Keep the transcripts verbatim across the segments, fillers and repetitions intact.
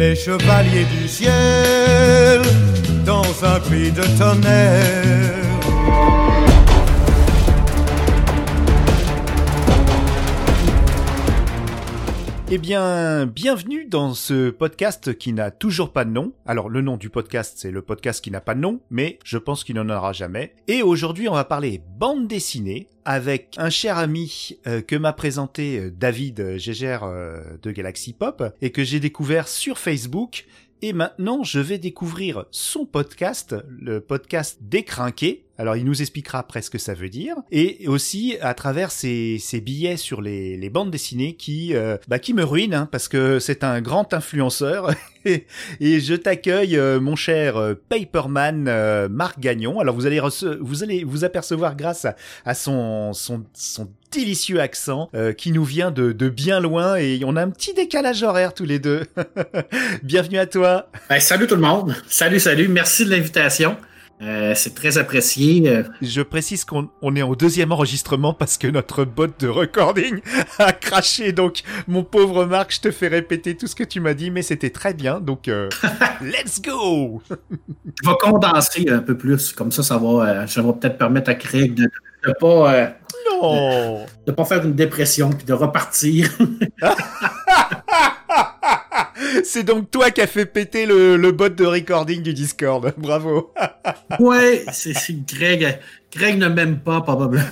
les chevaliers du ciel dans un cri de tonnerre. Eh bien, bienvenue dans ce podcast qui n'a toujours pas de nom. Alors, le nom du podcast, c'est le podcast qui n'a pas de nom, mais je pense qu'il n'en aura jamais. Et aujourd'hui, on va parler bande dessinée avec un cher ami euh, que m'a présenté euh, David Gégère euh, de Galaxy Pop et que j'ai découvert sur Facebook. Et maintenant, je vais découvrir son podcast, le podcast Décrinqué. Alors, il nous expliquera après ce que ça veut dire. Et aussi, à travers ses, ses billets sur les, les bandes dessinées qui, euh, bah, qui me ruinent, hein, parce que c'est un grand influenceur. et, et je t'accueille, euh, mon cher euh, Paperman euh, Marc Gagnon. Alors, vous allez, rece- vous allez vous apercevoir grâce à, à son, son, son délicieux accent euh, qui nous vient de, de bien loin et on a un petit décalage horaire tous les deux. Bienvenue à toi. Ben, salut tout le monde. Salut, salut. Merci de l'invitation. Euh, c'est très apprécié. Je précise qu'on on est au deuxième enregistrement parce que notre bot de recording a craché. Donc, mon pauvre Marc, je te fais répéter tout ce que tu m'as dit, mais c'était très bien. Donc, euh, let's go. Je vais condenser un peu plus. Comme ça, ça va, euh, ça va peut-être permettre à Craig de ne pas, euh, non. de, de pas faire une dépression puis de repartir. C'est donc toi qui as fait péter le, le bot de recording du Discord. Bravo. Ouais, c'est, c'est Craig. Craig ne m'aime pas, probablement.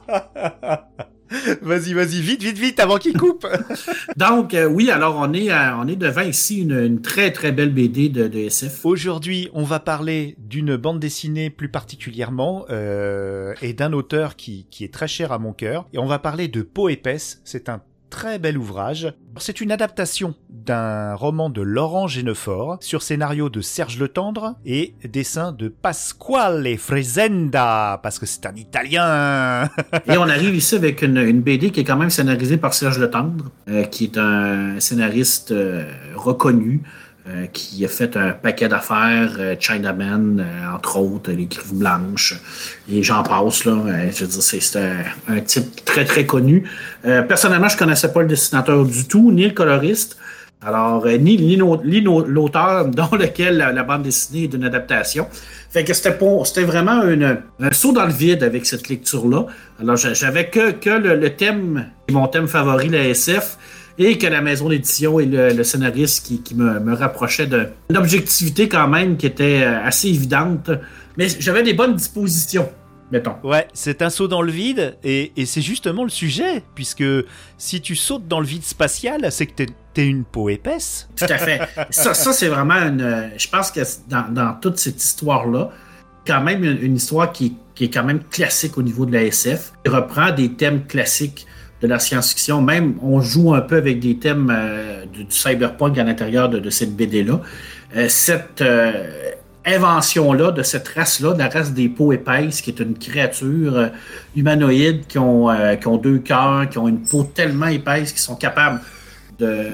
Vas-y, vas-y, vite, vite, vite, avant qu'il coupe. Donc, euh, oui, alors on est, euh, on est devant ici une, une très, très belle B D de, de S F. Aujourd'hui, on va parler d'une bande dessinée plus particulièrement euh, et d'un auteur qui, qui est très cher à mon cœur. Et on va parler de Peau épaisse. C'est un très bel ouvrage. C'est une adaptation d'un roman de Laurent Genefort sur scénario de Serge Letendre et dessin de Pasquale Fresenda, parce que c'est un Italien. Et on arrive ici avec une, une B D qui est quand même scénarisée par Serge Letendre, euh, qui est un scénariste euh, reconnu, euh, qui a fait un paquet d'affaires, euh, Chinaman, euh, entre autres, Les Griffes Blanches, et j'en passe, là. Euh, je veux dire, c'est, c'est un, un type très, très connu. Euh, personnellement, je connaissais pas le dessinateur du tout, ni le coloriste. Alors, euh, ni, ni, no, ni no, l'auteur dont lequel la, la bande dessinée est d'une adaptation. Fait que c'était, pour, c'était vraiment une, un saut dans le vide avec cette lecture-là. Alors, j'avais que, que le, le thème, mon thème favori, la S F, et que la maison d'édition et le, le scénariste qui, qui me, me rapprochait d'une objectivité quand même qui était assez évidente. Mais j'avais des bonnes dispositions, mettons. Ouais, c'est un saut dans le vide, et, et c'est justement le sujet, puisque si tu sautes dans le vide spatial, c'est que t'es, t'es une peau épaisse. Tout à fait. Ça, ça c'est vraiment une... Je pense que dans, dans toute cette histoire-là, quand même une, une histoire qui, qui est quand même classique au niveau de la S F. Il reprend des thèmes classiques de la science-fiction. Même, on joue un peu avec des thèmes euh, du, du cyberpunk à l'intérieur de, de cette B D-là. Euh, cette euh, invention-là, de cette race-là, de la race des peaux épaisses, qui est une créature euh, humanoïde qui ont, euh, qui ont deux cœurs, qui ont une peau tellement épaisse qu'ils sont capables de,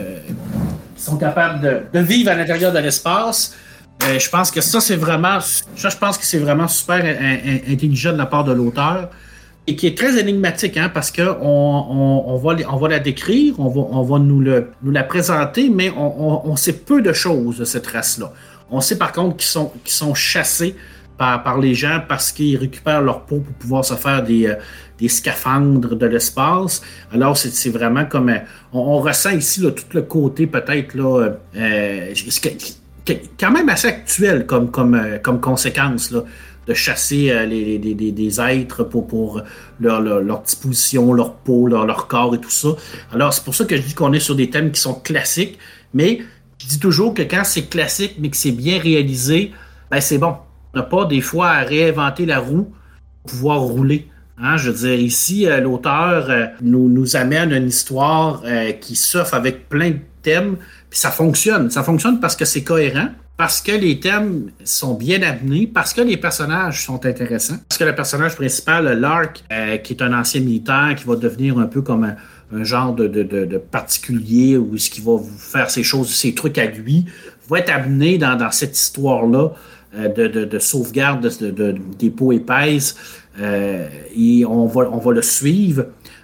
qui sont capables de, de vivre à l'intérieur de l'espace. Euh, je pense que ça, c'est vraiment... Ça, je pense que c'est vraiment super in- intelligent de la part de l'auteur. Et qui est très énigmatique, hein, parce qu'on on, on va, on va la décrire, on va, on va nous, le, nous la présenter, mais on, on, on sait peu de choses de cette race-là. On sait par contre qu'ils sont, qu'ils sont chassés par, par les gens parce qu'ils récupèrent leur peau pour pouvoir se faire des, euh, des scaphandres de l'espace. Alors, c'est, c'est vraiment comme... Euh, on, on ressent ici là, tout le côté peut-être là, euh, quand même assez actuel comme, comme, euh, comme conséquence, là. De chasser euh, les, les, les, les êtres pour, pour leur, leur, leur disposition, leur peau, leur, leur corps et tout ça. Alors, c'est pour ça que je dis qu'on est sur des thèmes qui sont classiques, mais je dis toujours que quand c'est classique, mais que c'est bien réalisé, ben c'est bon. On n'a pas des fois à réinventer la roue pour pouvoir rouler. Hein? Je veux dire, ici, euh, l'auteur euh, nous, nous amène une histoire euh, qui s'offre avec plein de thèmes, puis ça fonctionne. Ça fonctionne parce que c'est cohérent. Parce que les thèmes sont bien amenés, parce que les personnages sont intéressants, parce que le personnage principal, Lark, euh, qui est un ancien militaire, qui va devenir un peu comme un, un genre de, de, de, de particulier, où ce qui va vous faire ses choses, ses trucs à lui, va être amené dans, dans cette histoire-là euh, de, de, de sauvegarde de, de, de, des peaux épaisses, euh, et on va, on va le suivre.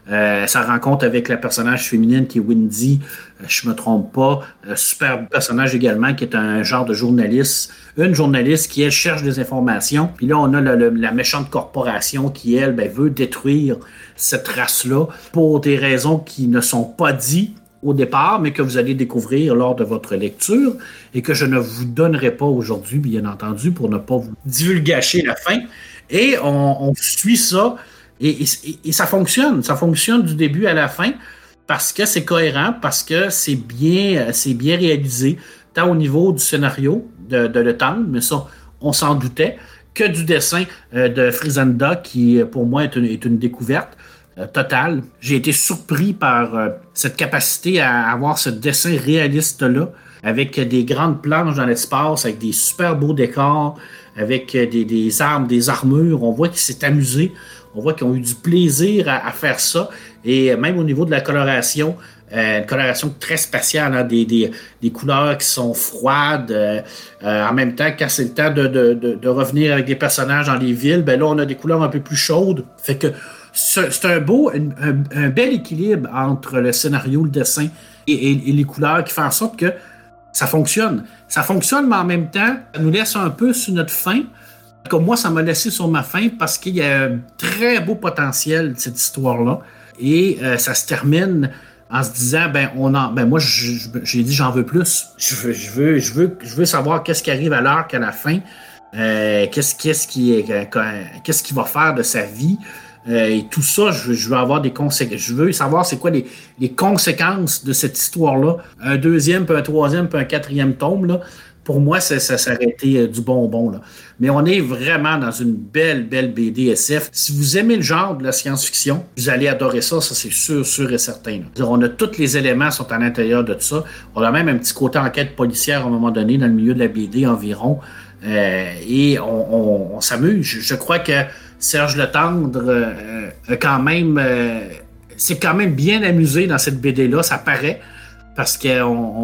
Euh, sa rencontre avec la personnage féminine qui est Wendy, euh, je me trompe pas. Euh, super personnage également qui est un genre de journaliste. Une journaliste qui, elle, cherche des informations. Puis là, on a le, le, la méchante corporation qui, elle, ben, veut détruire cette race-là pour des raisons qui ne sont pas dites au départ, mais que vous allez découvrir lors de votre lecture et que je ne vous donnerai pas aujourd'hui, bien entendu, pour ne pas vous divulgacher la fin. Et on, on suit ça. Et, et, et ça fonctionne, ça fonctionne du début à la fin parce que c'est cohérent, parce que c'est bien, c'est bien réalisé, tant au niveau du scénario de, de Le Temps, mais ça, on s'en doutait, que du dessin euh, de Frisenda, qui pour moi est une, est une découverte euh, totale. J'ai été surpris par euh, cette capacité à avoir ce dessin réaliste-là, avec des grandes planches dans l'espace, avec des super beaux décors, avec des, des armes, des armures. On voit qu'il s'est amusé. On voit qu'ils ont eu du plaisir à, à faire ça. Et même au niveau de la coloration, euh, une coloration très spatiale, hein, des, des, des couleurs qui sont froides. Euh, euh, en même temps, quand c'est le temps de, de, de, de revenir avec des personnages dans les villes, ben là, on a des couleurs un peu plus chaudes. Fait que c'est, c'est un beau, un, un, un bel équilibre entre le scénario, le dessin et, et, et les couleurs qui fait en sorte que ça fonctionne. Ça fonctionne, mais en même temps, ça nous laisse un peu sur notre faim. Comme moi, ça m'a laissé sur ma faim parce qu'il y a un très beau potentiel de cette histoire-là. Et euh, ça se termine en se disant, ben, on en, ben moi, je, je, j'ai dit, j'en veux plus. Je veux, je veux, je veux, je veux savoir qu'est-ce qui arrive à l'arc à la fin. Euh, qu'est-ce, qu'est-ce qui est, qu'est-ce qu'il va faire de sa vie. Euh, et tout ça, je, je veux avoir des conséquences. Je veux savoir c'est quoi les, les conséquences de cette histoire-là. Un deuxième, puis un troisième, puis un quatrième tome, là. Pour moi, ça, ça, ça aurait été euh, du bonbon, là. Mais on est vraiment dans une belle, belle B D S F. Si vous aimez le genre de la science-fiction, vous allez adorer ça, ça c'est sûr, sûr et certain. Là. On a tous les éléments sont à l'intérieur de tout ça. On a même un petit côté enquête policière à un moment donné dans le milieu de la B D environ. Euh, et on, on, on s'amuse. Je, je crois que Serge Letendre euh, a quand même, euh, s'est quand même bien amusé dans cette B D-là, ça paraît. Parce qu'on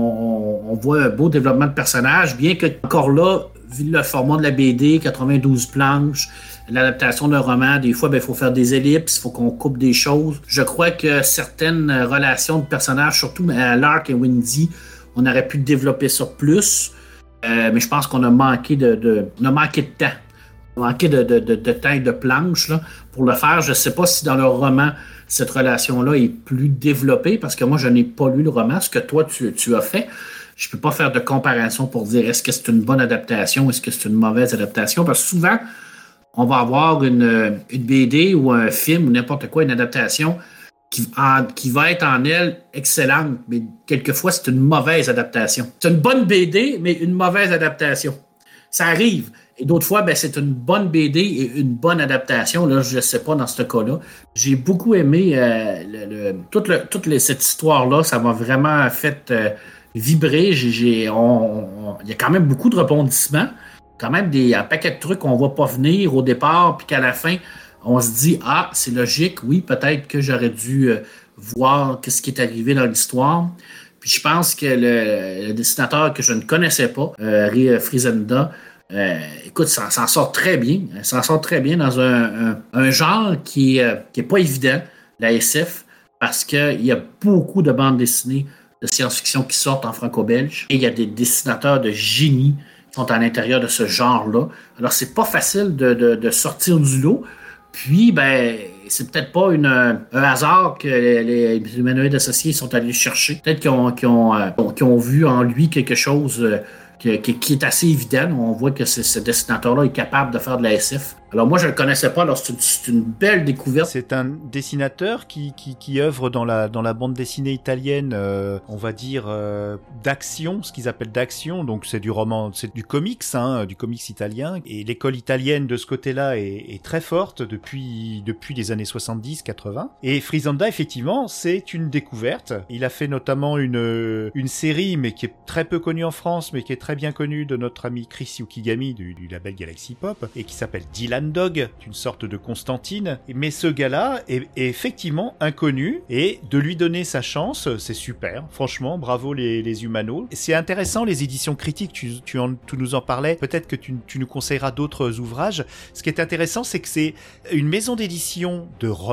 on, on voit un beau développement de personnages, bien que, encore là, vu le format de la B D, quatre-vingt-douze planches, l'adaptation d'un roman, des fois, il ben, faut faire des ellipses, il faut qu'on coupe des choses. Je crois que certaines relations de personnages, surtout à Lark et Wendy, on aurait pu développer ça plus, euh, mais je pense qu'on a manqué de, de, on a manqué de temps. On a manqué de, de, de, de temps et de planches là, pour le faire. Je ne sais pas si dans le roman, cette relation-là est plus développée, parce que moi, je n'ai pas lu le roman, ce que toi, tu, tu as fait. Je ne peux pas faire de comparaison pour dire est-ce que c'est une bonne adaptation, est-ce que c'est une mauvaise adaptation, parce que souvent, on va avoir une, une B D ou un film ou n'importe quoi, une adaptation qui, en, qui va être en elle excellente, mais quelquefois, c'est une mauvaise adaptation. C'est une bonne B D, mais une mauvaise adaptation. Ça arrive. Et d'autres fois, ben, c'est une bonne B D et une bonne adaptation. Là, je ne sais pas dans ce cas-là. J'ai beaucoup aimé euh, le, le, toute, le, toute le, cette histoire-là. Ça m'a vraiment fait euh, vibrer. J'ai, j'ai, on, on, il y a quand même beaucoup de rebondissements. Quand même des, un paquet de trucs qu'on ne voit pas venir au départ, puis qu'à la fin, on se dit « Ah, c'est logique. Oui, peut-être que j'aurais dû euh, voir ce qui est arrivé dans l'histoire. » Puis je pense que le, le dessinateur que je ne connaissais pas, euh, Frisenda, Euh, écoute, ça s'en sort très bien. Ça s'en sort très bien dans un, un, un genre qui n'est euh, pas évident, la S F, parce qu'il y a beaucoup de bandes dessinées de science-fiction qui sortent en franco-belge. Et il y a des dessinateurs de génie qui sont à l'intérieur de ce genre-là. Alors, c'est pas facile de, de, de sortir du lot. Puis, ben, c'est peut-être pas une, un hasard que les, les humanoïdes associés sont allés chercher. Peut-être qu'ils ont, qu'ils ont, euh, qu'ils ont vu en lui quelque chose... Euh, Qui, qui est assez évident. On voit que ce dessinateur-là est capable de faire de la S F. Alors moi, je ne le connaissais pas. Alors c'est une, c'est une belle découverte. C'est un dessinateur qui, qui, qui œuvre dans la, dans la bande dessinée italienne, euh, on va dire, euh, d'action, ce qu'ils appellent d'action. Donc c'est du roman, c'est du comics, hein, du comics italien. Et l'école italienne de ce côté-là est, est très forte depuis, depuis les années soixante-dix quatre-vingts. Et Frisenda, effectivement, c'est une découverte. Il a fait notamment une, une série, mais qui est très peu connue en France, mais qui est très bien connue, de notre ami Chris Yukigami du, du label Galaxy Pop, et qui s'appelle Dylan Dog, une sorte de Constantine. Mais ce gars-là est, est effectivement inconnu, et de lui donner sa chance, c'est super. Franchement, bravo les, les humanos. C'est intéressant les éditions critiques, tu, tu, en, tu nous en parlais, peut-être que tu, tu nous conseilleras d'autres ouvrages. Ce qui est intéressant, c'est que c'est une maison d'édition de romans,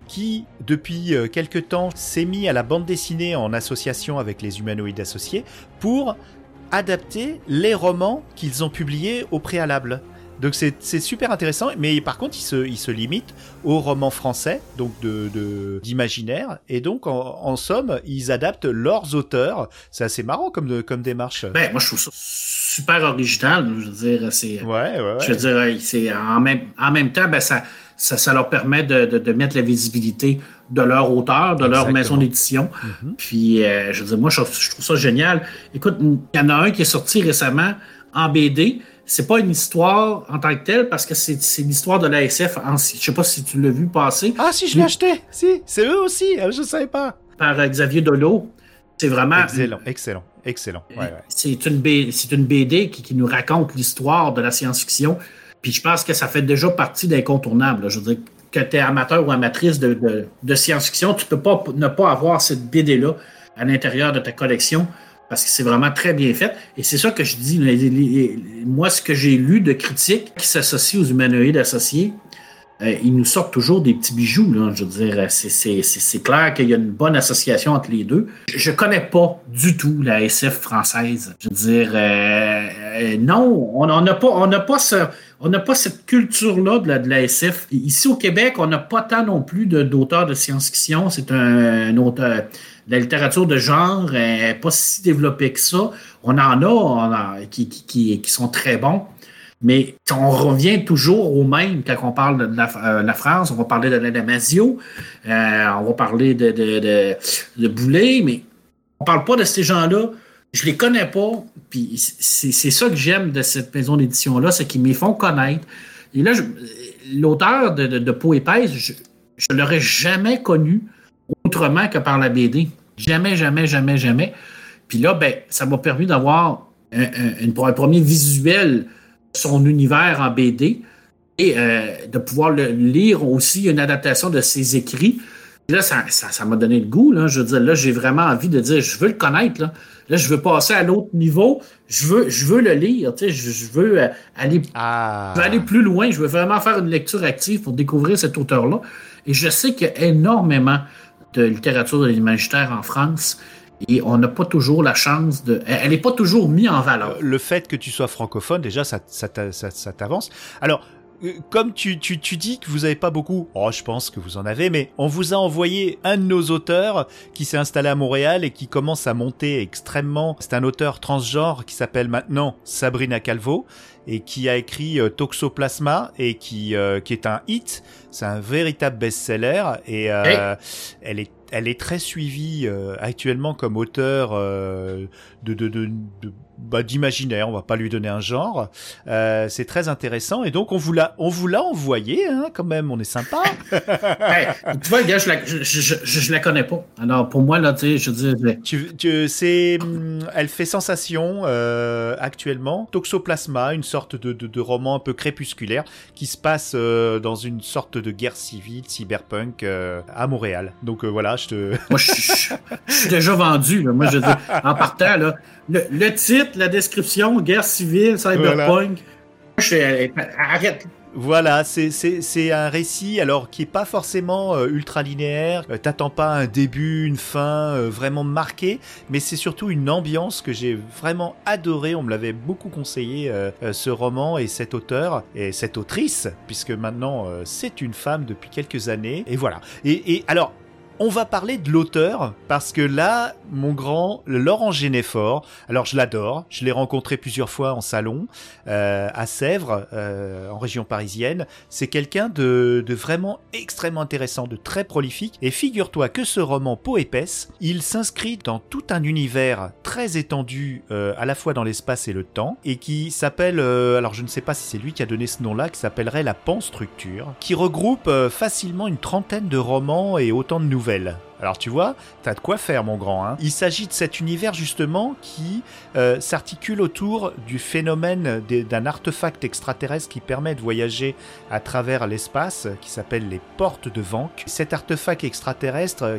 qui, depuis euh, quelque temps, s'est mis à la bande dessinée en association avec les Humanoïdes Associés pour adapter les romans qu'ils ont publiés au préalable. Donc c'est, c'est super intéressant, mais par contre, ils se, ils se limitent aux romans français, donc de, de, d'imaginaire, et donc en, en somme, ils adaptent leurs auteurs. C'est assez marrant comme, de, comme démarche. Ben, moi, je trouve ça super original. Je veux dire, c'est. Ouais, ouais, ouais. Je veux dire, c'est en même, en même temps, ben, ça, ça, ça leur permet de, de, de mettre la visibilité de leur auteur, de leur Exactement. maison d'édition. Mm-hmm. Puis, euh, je veux dire, moi, je, je trouve ça génial. Écoute, il y en a un qui est sorti récemment en B D. C'est pas une histoire en tant que telle parce que c'est, c'est l'histoire de l'A S F. En, je sais pas si tu l'as vu passer. Ah, si, je l'ai acheté. Si, c'est eux aussi. Je savais pas. Par euh, Xavier Dolo. C'est vraiment. Excellent, excellent, excellent. Ouais, ouais. C'est une B, c'est une B D qui, qui nous raconte l'histoire de la science-fiction. Puis je pense que ça fait déjà partie d'incontournable. Là. Je veux dire, que tu es amateur ou amatrice de, de, de science-fiction, tu peux pas ne pas avoir cette B D-là à l'intérieur de ta collection. Parce que c'est vraiment très bien fait. Et c'est ça que je dis. Les, les, les, moi, ce que j'ai lu de critiques qui s'associent aux Humanoïdes Associés, euh, ils nous sortent toujours des petits bijoux. Là. Je veux dire, c'est, c'est, c'est, c'est clair qu'il y a une bonne association entre les deux. Je ne connais pas du tout la S F française. Je veux dire, euh, euh, non, on n'a pas, on n'a pas ce... On n'a pas cette culture-là de la, de la S F. Ici, au Québec, on n'a pas tant non plus de, d'auteurs de science-fiction. C'est un, un auteur... La littérature de genre n'est pas si développée que ça. On en a, on a qui, qui, qui sont très bons, mais on revient toujours au même quand on parle de la, euh, la France. On va parler de Damasio, euh, on va parler de, de, de, de Boulay, mais on ne parle pas de ces gens-là. Je les connais pas, puis c'est, c'est ça que j'aime de cette maison d'édition-là, c'est qu'ils me font connaître. Et là, je, l'auteur de, de, de Peau épaisse, je ne l'aurais jamais connu autrement que par la B D. Jamais, jamais, jamais, jamais. Puis là, ben, ça m'a permis d'avoir un, un, un premier visuel de son univers en B D et euh, de pouvoir le lire aussi une adaptation de ses écrits. Puis là, ça, ça, ça m'a donné le goût. Là. Je veux dire, là, j'ai vraiment envie de dire, je veux le connaître. Là, là je veux passer à l'autre niveau. Je veux, je veux le lire. Tu sais, je, je veux euh, aller, ah. je veux aller plus loin. Je veux vraiment faire une lecture active pour découvrir cet auteur-là. Et je sais qu'il y a énormément de littérature de l'imaginaire en France et on n'a pas toujours la chance de... Elle n'est pas toujours mise en valeur. Le fait que tu sois francophone, déjà, ça, ça, ça, ça t'avance. Alors, comme tu, tu, tu dis que vous n'avez pas beaucoup, oh, je pense que vous en avez, mais on vous a envoyé un de nos auteurs qui s'est installé à Montréal et qui commence à monter extrêmement. C'est un auteur transgenre qui s'appelle maintenant Sabrina Calvo et qui a écrit euh, Toxoplasma et qui, euh, qui est un hit. C'est un véritable best-seller et euh, hey. elle est elle est très suivie euh, actuellement comme auteur euh, de, de, de, de bah, d'imaginaire. On va pas lui donner un genre. Euh, c'est très intéressant et donc on vous l'a on vous l'a envoyé hein, quand même. On est sympa. Hey, tu vois, gars, je la je, je, je, je la connais pas. Alors pour moi là, tu sais, je dis. Tu, tu c'est elle fait sensation euh, actuellement. Toxoplasma, une sorte de, de de roman un peu crépusculaire qui se passe euh, dans une sorte de guerre civile cyberpunk euh, à Montréal. Donc euh, voilà. Je, te... Moi, je, je, je suis déjà vendu. Là. Moi, je dis, en partant, là, le, le titre, la description, guerre civile, cyberpunk. Voilà. Je fais, arrête. Voilà, c'est, c'est, c'est un récit alors qui est pas forcément euh, ultra linéaire. Euh, t'attends pas un début, une fin euh, vraiment marquée, mais c'est surtout une ambiance que j'ai vraiment adorée. On me l'avait beaucoup conseillé euh, euh, ce roman et cet auteur et cette autrice, puisque maintenant euh, c'est une femme depuis quelques années. Et voilà. Et, et alors. On va parler de l'auteur, parce que là, mon grand, Laurent Généfort, alors je l'adore, je l'ai rencontré plusieurs fois en salon, euh, à Sèvres, euh, en région parisienne. C'est quelqu'un de, de vraiment extrêmement intéressant, de très prolifique, et figure-toi que ce roman Peau épaisse, il s'inscrit dans tout un univers très étendu, euh, à la fois dans l'espace et le temps, et qui s'appelle, euh, alors je ne sais pas si c'est lui qui a donné ce nom-là, qui s'appellerait la Panstructure, qui regroupe euh, facilement une trentaine de romans et autant de nouvelles. Alors tu vois, t'as de quoi faire mon grand. Hein. Il s'agit de cet univers justement qui euh, s'articule autour du phénomène de, d'un artefact extraterrestre qui permet de voyager à travers l'espace, qui s'appelle les portes de Vank. Cet artefact extraterrestre euh, qui est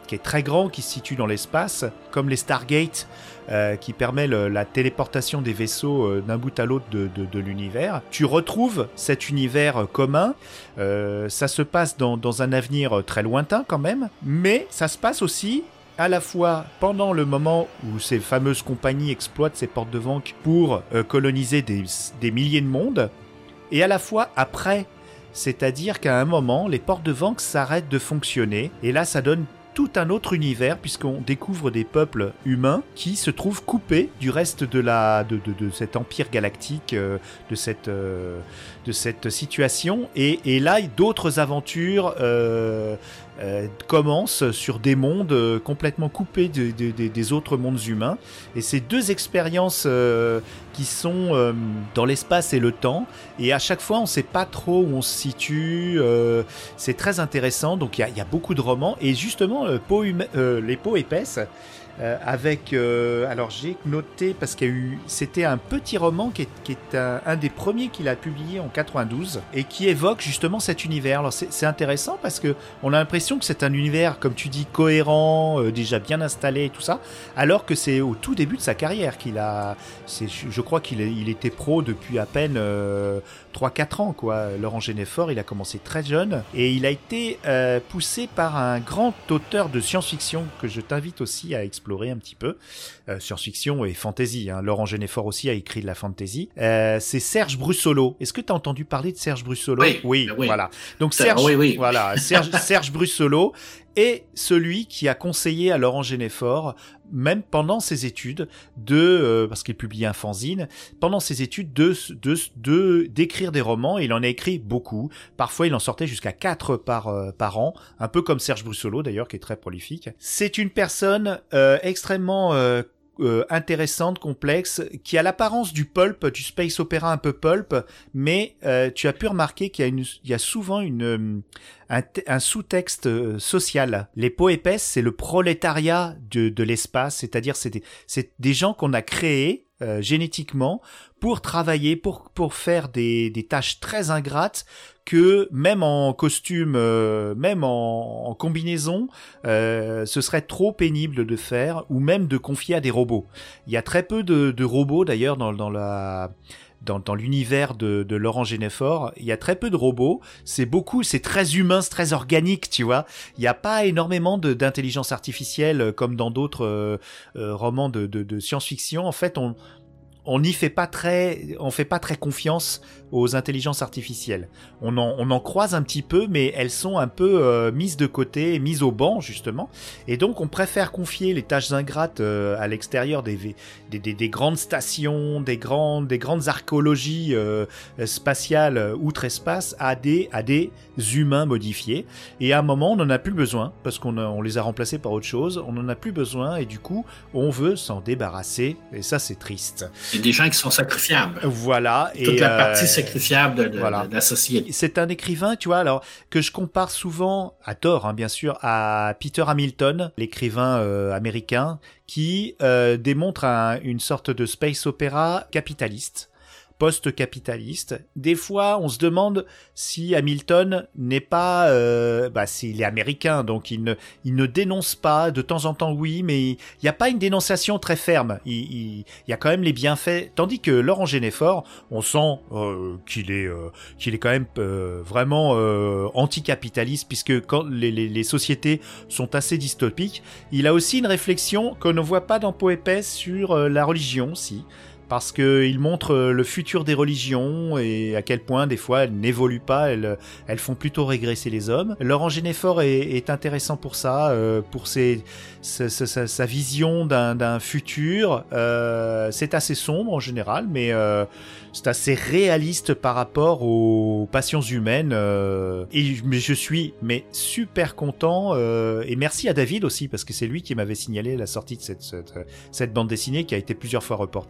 qui est très grand, qui se situe dans l'espace, comme les Stargate, euh, qui permet le, la téléportation des vaisseaux euh, d'un bout à l'autre de, de, de l'univers. Tu retrouves cet univers commun. Euh, ça se passe dans, dans un avenir très lointain quand même, mais ça se passe aussi à la fois pendant le moment où ces fameuses compagnies exploitent ces portes de Vank pour euh, coloniser des, des milliers de mondes, et à la fois après. C'est-à-dire qu'à un moment, les portes de Vank s'arrêtent de fonctionner, et là ça donne tout un autre univers, puisqu'on découvre des peuples humains qui se trouvent coupés du reste de, la, de, de, de cet empire galactique, euh, de, cette, euh, de cette situation, et, et là d'autres aventures euh, euh, commencent sur des mondes euh, complètement coupés de, de, de, des autres mondes humains, et ces deux expériences euh, qui sont euh, dans l'espace et le temps, et à chaque fois on ne sait pas trop où on se situe, euh, c'est très intéressant, donc il y, y a beaucoup de romans, et justement euh, peau hum- euh, les peaux épaisses, euh, avec, euh, alors j'ai noté, parce qu'il y a eu, c'était un petit roman qui est, qui est un, un des premiers qu'il a publié en quatre-vingt-douze, et qui évoque justement cet univers. Alors c'est, c'est intéressant parce que on a l'impression que c'est un univers, comme tu dis, cohérent, euh, déjà bien installé et tout ça, alors que c'est au tout début de sa carrière qu'il a, c'est, je crois qu'il est, il était pro depuis à peine euh, trois quatre ans, quoi. Laurent Genefort, il a commencé très jeune, et il a été euh, poussé par un grand auteur de science-fiction que je t'invite aussi à explorer un petit peu, euh, science-fiction et fantasy, hein. Laurent Genefort aussi a écrit de la fantasy. Euh, c'est Serge Brussolo. Est-ce que tu as entendu parler de Serge Brussolo? Oui, oui, oui. Voilà. Donc Serge, oui, oui. voilà, Serge, Serge Brussolo est celui qui a conseillé à Laurent Genefort, même pendant ses études, de, euh, parce qu'il publiait un fanzine, pendant ses études, de, de, de, d'écrire des romans. Et il en a écrit beaucoup. Parfois, il en sortait jusqu'à quatre par, euh, par an. Un peu comme Serge Brussolo, d'ailleurs, qui est très prolifique. C'est une personne, euh, extrêmement, euh, Euh, intéressante, complexe, qui a l'apparence du pulp, du space opéra un peu pulp, mais euh, tu as pu remarquer qu'il y a, une, il y a souvent une, un, un sous-texte euh, social. Les peaux épaisses, c'est le prolétariat de, de l'espace, c'est-à-dire c'est des, c'est des gens qu'on a créés euh, génétiquement pour travailler, pour, pour faire des, des tâches très ingrates, que même en costume, euh, même en, en combinaison, euh, ce serait trop pénible de faire, ou même de confier à des robots. Il y a très peu de, de robots d'ailleurs dans, dans la... Dans, dans l'univers de, de Laurent Genefort, il y a très peu de robots. C'est beaucoup, c'est très humain, c'est très organique, tu vois. Il n'y a pas énormément de, d'intelligence artificielle comme dans d'autres euh, euh, romans de, de, de science-fiction. En fait, on on n'y fait pas très, on fait pas très confiance aux intelligences artificielles. On en, on en croise un petit peu, mais elles sont un peu euh, mises de côté, mises au banc justement. Et donc, on préfère confier les tâches ingrates euh, à l'extérieur des, des, des, des grandes stations, des grandes, des grandes archéologies euh, spatiales euh, outre-espace à des, à des humains modifiés. Et à un moment, on n'en a plus besoin parce qu'on a, on les a remplacés par autre chose. On n'en a plus besoin et du coup, on veut s'en débarrasser. Et ça, c'est triste. Il y a des gens qui sont sacrifiables. Voilà. Toute et la euh, partie sacrifiable de, de, voilà. de la société. C'est un écrivain, tu vois, alors que je compare souvent, à tort, hein, bien sûr, à Peter Hamilton, l'écrivain euh, américain, qui euh, démontre un, une sorte de space opéra capitaliste. Post-capitaliste. Des fois, on se demande si Hamilton n'est pas... Euh, bah, s'il est américain, donc il ne, il ne dénonce pas, de temps en temps oui, mais il n'y a pas une dénonciation très ferme. Il, il, il y a quand même les bienfaits. Tandis que Laurent Genefort, on sent euh, qu'il est, euh, qu'il est quand même euh, vraiment euh, anticapitaliste, puisque quand les, les, les sociétés sont assez dystopiques, il a aussi une réflexion qu'on ne voit pas dans Peau épaisse sur euh, la religion, si. Parce qu'il montre le futur des religions et à quel point des fois elles n'évoluent pas, elles, elles font plutôt régresser les hommes. Laurent Genefort est, est intéressant pour ça, euh, pour ses, sa, sa, sa vision d'un, d'un futur. Euh, c'est assez sombre en général, mais euh, c'est assez réaliste par rapport aux passions humaines. Euh, et mais je suis mais super content euh, et merci à David aussi parce que c'est lui qui m'avait signalé la sortie de cette, cette, cette bande dessinée qui a été plusieurs fois reportée.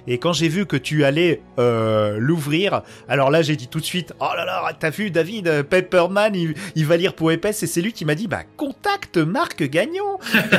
Et quand j'ai vu que tu allais euh, l'ouvrir, alors là j'ai dit tout de suite, oh là là, t'as vu David, Paperman, il, il va lire Peau épaisse, et c'est lui qui m'a dit, bah contacte Marc Gagnon.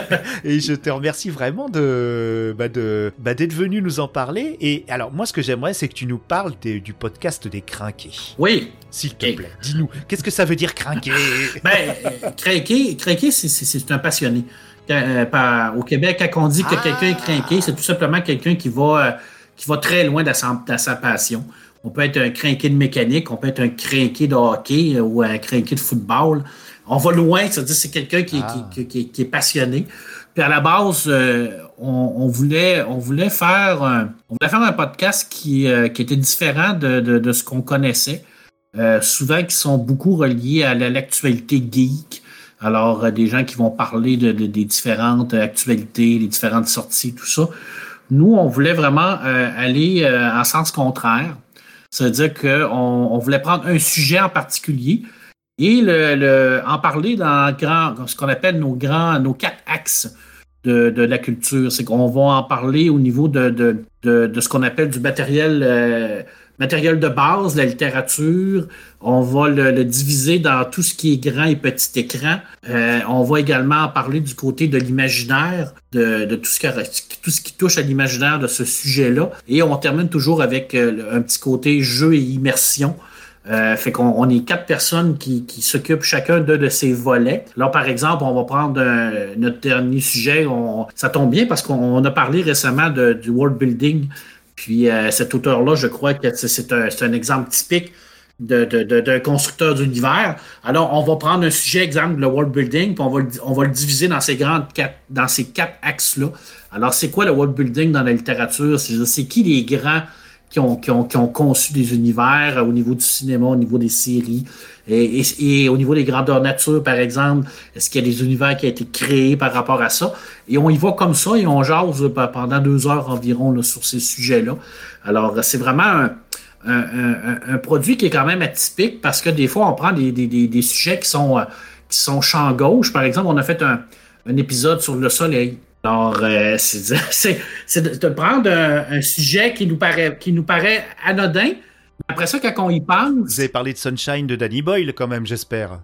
Et je te remercie vraiment de, bah de, bah d'être venu nous en parler. Et alors moi ce que j'aimerais, c'est que tu nous parles des, du podcast des Crinqués. Oui. S'il te plaît, dis-nous, qu'est-ce que ça veut dire crinquer? Ben, euh, crinquer, crinquer c'est, c'est, c'est un passionné. Euh, par, au Québec, quand on dit que ah. quelqu'un est crinqué, c'est tout simplement quelqu'un qui va, euh, qui va très loin de sa, de sa passion. On peut être un crinqué de mécanique, on peut être un crinqué de hockey euh, ou un crinqué de football. On va loin, c'est-à-dire c'est quelqu'un qui, ah. qui, qui, qui est passionné. Puis à la base, euh, on, on voulait, on voulait faire, un, on voulait faire un podcast qui, euh, qui était différent de, de, de ce qu'on connaissait. Euh, souvent qui sont beaucoup reliés à l'actualité geek. Alors, euh, des gens qui vont parler de, de, des différentes actualités, les différentes sorties, tout ça. Nous, on voulait vraiment euh, aller euh, en sens contraire. C'est-à-dire qu'on on voulait prendre un sujet en particulier et le, le, en parler dans grand, ce qu'on appelle nos grands, nos quatre axes de, de la culture. C'est qu'on va en parler au niveau de, de, de, de ce qu'on appelle du matériel... Euh, matériel de base, la littérature. On va le, le diviser dans tout ce qui est grand et petit écran. Euh, on va également parler du côté de l'imaginaire, de, de tout, ce qui, tout ce qui touche à l'imaginaire de ce sujet-là. Et on termine toujours avec euh, un petit côté jeu et immersion. Euh, fait qu'on on est quatre personnes qui, qui s'occupent chacun de, de ces volets. Là, par exemple, on va prendre un, notre dernier sujet. On, ça tombe bien parce qu'on a parlé récemment de, du world building. Puis euh, cet auteur-là, je crois que c'est un, c'est un exemple typique de, de, de, d'un constructeur d'univers. Alors, on va prendre un sujet, exemple, le world building, puis on va le, on va le diviser dans ces grandes quatre, dans ces quatre axes-là. Alors, c'est quoi le world building dans la littérature? C'est, c'est qui les grands qui ont, qui, ont, qui ont conçu des univers au niveau du cinéma, au niveau des séries, et, et, et au niveau des grandeurs nature, par exemple, est-ce qu'il y a des univers qui ont été créés par rapport à ça? Et on y va comme ça et on jase pendant deux heures environ là, sur ces sujets-là. Alors, c'est vraiment un, un, un, un produit qui est quand même atypique parce que des fois, on prend des, des, des, des sujets qui sont, qui sont champ gauche. Par exemple, on a fait un, un épisode sur le soleil. Alors, euh, c'est, c'est, c'est de prendre un, un sujet qui nous paraît, qui nous paraît anodin. Après ça, quand on y pense... Vous avez parlé de Sunshine de Danny Boyle, quand même, j'espère.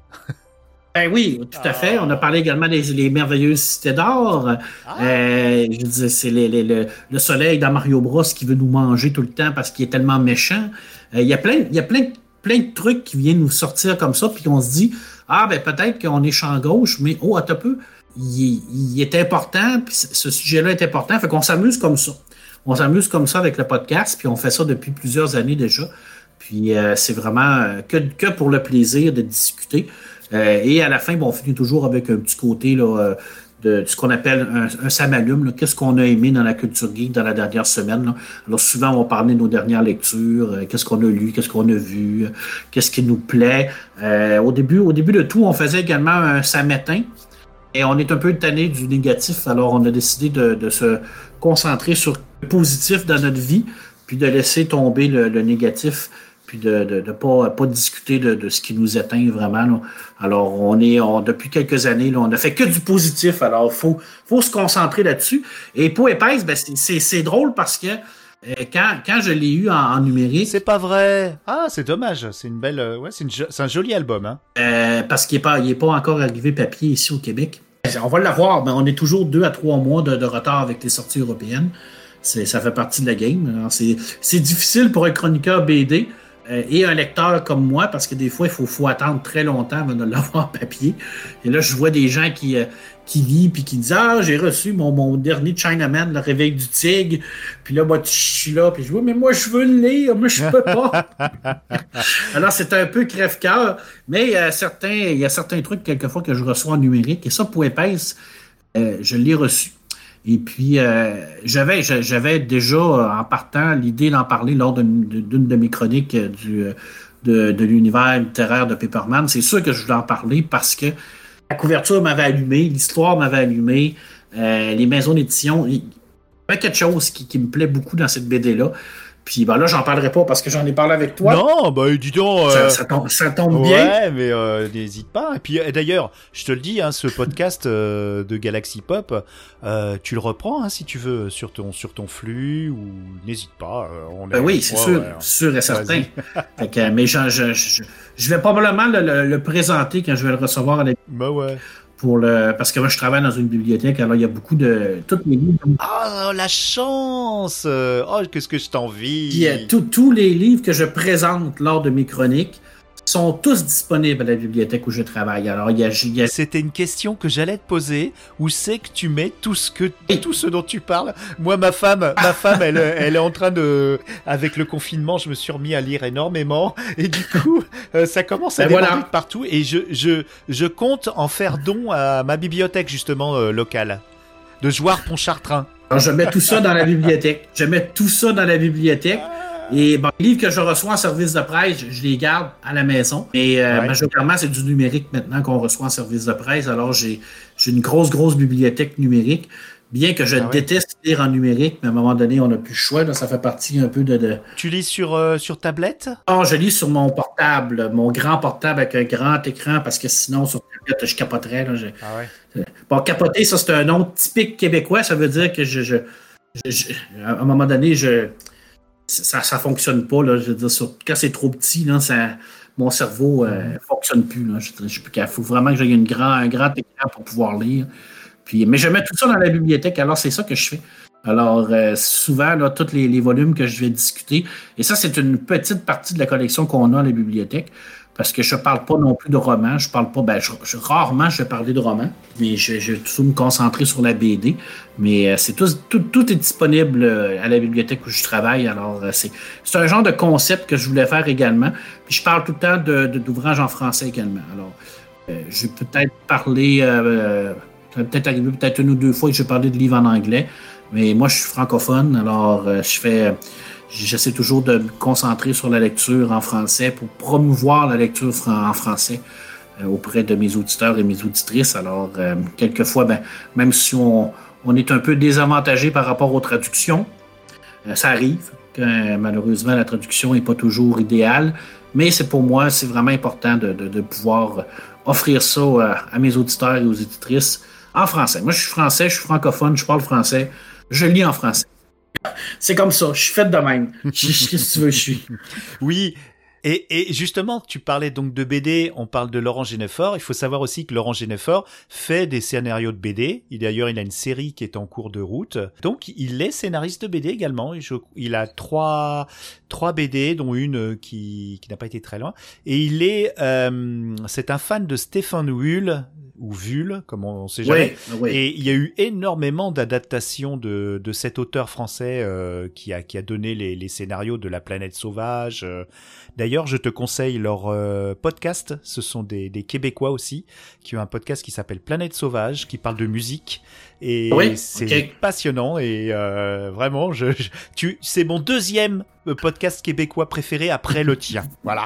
Ben oui, tout à fait. On a parlé également des les merveilleuses cités d'or. Ah. Euh, je veux dire, c'est les, les, le, le soleil dans Mario Bros qui veut nous manger tout le temps parce qu'il est tellement méchant. Euh, il y a plein, il y a plein, plein de trucs qui viennent nous sortir comme ça, puis on se dit, ah ben peut-être qu'on est champ gauche, mais oh, attends un peu, il, il est important, puis ce sujet-là est important, fait qu'on s'amuse comme ça. On s'amuse comme ça avec le podcast, puis on fait ça depuis plusieurs années déjà. Puis euh, c'est vraiment euh, que, que pour le plaisir de discuter. Euh, et à la fin, bon, on finit toujours avec un petit côté là, euh, de, de ce qu'on appelle un, un samalume. Là. Qu'est-ce qu'on a aimé dans la culture geek dans la dernière semaine? Là. Alors souvent, on va parler de nos dernières lectures, euh, qu'est-ce qu'on a lu, qu'est-ce qu'on a vu, euh, qu'est-ce qui nous plaît. Euh, au début, au début de tout, on faisait également un samétain. Et on est un peu tanné du négatif, alors on a décidé de, de se concentrer sur le positif dans notre vie, puis de laisser tomber le, le négatif, puis de ne de, de pas, pas discuter de, de ce qui nous éteint vraiment. Là. Alors, on est on, depuis quelques années, là, on ne fait que du positif, alors il faut, faut se concentrer là-dessus. Et Peau épaisse, ben, c'est, c'est, c'est drôle parce que euh, quand, quand je l'ai eu en, en numérique... C'est pas vrai! Ah, c'est dommage, c'est une belle... Euh, ouais, c'est, une, c'est un joli album, hein? Euh, parce qu'il n'est pas, il est pas encore arrivé papier ici au Québec. On va l'avoir, mais on est toujours deux à trois mois de, de retard avec les sorties européennes. C'est, ça fait partie de la game. Alors, c'est, c'est difficile pour un chroniqueur B D euh, et un lecteur comme moi, parce que des fois, il faut, faut attendre très longtemps avant de l'avoir en papier. Et là, je vois des gens qui, euh, qui lisent puis qui disent « Ah, j'ai reçu mon, mon dernier Chinaman, Le Réveil du Tigre. » Puis là, moi, je suis là, puis je vois « Mais moi, je veux le lire, mais je peux pas. » Alors, c'est un peu crève-cœur, mais euh, certains, il y a certains trucs, quelquefois, que je reçois en numérique. Et ça, Peau épaisse, euh, je l'ai reçu. Et puis, euh, j'avais, j'avais déjà, en partant, l'idée d'en parler lors d'une, d'une de mes chroniques du, de, de l'univers littéraire de Paperman. C'est sûr que je voulais en parler parce que la couverture m'avait allumé, l'histoire m'avait allumé, euh, les maisons d'édition. Il y avait quelque chose qui, qui me plaît beaucoup dans cette B D-là. Puis ben là, j'en parlerai pas parce que j'en ai parlé avec toi. Non, bah dis donc. Ça, Euh... ça tombe, ça tombe ouais, bien. Ouais, mais euh, n'hésite pas. Et puis et d'ailleurs, je te le dis, hein, ce podcast euh, de Galaxy Pop, euh, tu le reprends hein, si tu veux sur ton sur ton flux ou n'hésite pas. Euh, on ben est... oui, c'est ouais, sûr, ouais, ouais. sûr et certain. Fait que, mais je, je, je, je vais probablement le, le, le présenter quand je vais le recevoir à la... Bah ouais. Pour le, parce que moi, je travaille dans une bibliothèque, alors il y a beaucoup de... Toutes mes livres. Oh, la chance! Oh, qu'est-ce que je t'envie! Puis, euh, tous les livres que je présente lors de mes chroniques sont tous disponibles à la bibliothèque où je travaille. Alors, il y a... Il y a... C'était une question que j'allais te poser. Où c'est que tu mets tout ce que, tout ce dont tu parles? Moi, ma femme, ma femme, elle, elle est en train de, avec le confinement, je me suis remis à lire énormément. Et du coup, euh, ça commence à ben déborder voilà. partout. Et je, je, je compte en faire don à ma bibliothèque, justement, euh, locale. De Jouarre-Pontchartrain. Alors, je mets tout ça dans la bibliothèque. Je mets tout ça dans la bibliothèque. Et bon, les livres que je reçois en service de presse, je, je les garde à la maison. Mais euh, ouais. majoritairement, c'est du numérique maintenant qu'on reçoit en service de presse. Alors, j'ai, j'ai une grosse, grosse bibliothèque numérique. Bien que je ah ouais. déteste lire en numérique, mais à un moment donné, on n'a plus le choix. Là, ça fait partie un peu de... de... Tu lis sur, euh, sur tablette? Non, je lis sur mon portable, mon grand portable avec un grand écran, parce que sinon, sur tablette, je capoterais. Là, je... Ah ouais. Bon, capoter, ça, c'est un nom typique québécois. Ça veut dire que je... je, je, je à un moment donné, je... Ça, ça fonctionne pas, là. Je veux dire, sur, quand c'est trop petit, là, ça, mon cerveau ne euh, fonctionne plus. Là. Je, je, il faut vraiment que j'aie une grand, un grand écran pour pouvoir lire. Puis, mais je mets tout ça dans la bibliothèque, alors c'est ça que je fais. Alors, euh, souvent, là, tous les, les volumes que je vais discuter, et ça, c'est une petite partie de la collection qu'on a à la bibliothèque, parce que je ne parle pas non plus de romans, je parle pas, ben, je, je, rarement je vais parler de romans, mais je, je vais toujours me concentrer sur la B D, mais euh, c'est tout, tout, tout est disponible à la bibliothèque où je travaille, alors euh, c'est, c'est un genre de concept que je voulais faire également, puis je parle tout le temps de, de, d'ouvrages en français également, alors euh, je vais peut-être parler, euh, ça va peut-être arriver peut-être une ou deux fois que je vais parler de livres en anglais, mais moi je suis francophone, alors euh, je fais... J'essaie toujours de me concentrer sur la lecture en français pour promouvoir la lecture en français euh, auprès de mes auditeurs et mes auditrices. Alors, euh, quelquefois, ben, même si on, on est un peu désavantagé par rapport aux traductions, euh, ça arrive que euh, malheureusement la traduction n'est pas toujours idéale, mais c'est pour moi, c'est vraiment important de, de, de pouvoir offrir ça à, à mes auditeurs et aux auditrices en français. Moi, je suis français, je suis francophone, je parle français, je lis en français. C'est comme ça, je suis fait de même. Qu'est-ce que tu veux, je suis. Oui, et, et justement, tu parlais donc de B D, on parle de Laurent Genefort. Il faut savoir aussi que Laurent Genefort fait des scénarios de B D. Il, d'ailleurs, il a une série qui est en cours de route. Donc, il est scénariste de B D également. Je, il a trois, trois B D, dont une qui, qui n'a pas été très loin. Et il est, euh, c'est un fan de Stéphane Wull, ou Vull, comme on, on sait jamais. Oui, oui. Et il y a eu énormément d'adaptations de, de cet auteur français euh, qui a qui a donné les, les scénarios de La Planète Sauvage. Euh. D'ailleurs, je te conseille leur euh, podcast. Ce sont des, des Québécois aussi qui ont un podcast qui s'appelle Planète Sauvage, qui parle de musique. Et oui, c'est okay. passionnant. Et euh, vraiment, je, je, tu, c'est mon deuxième podcast québécois préféré après le tien. Voilà.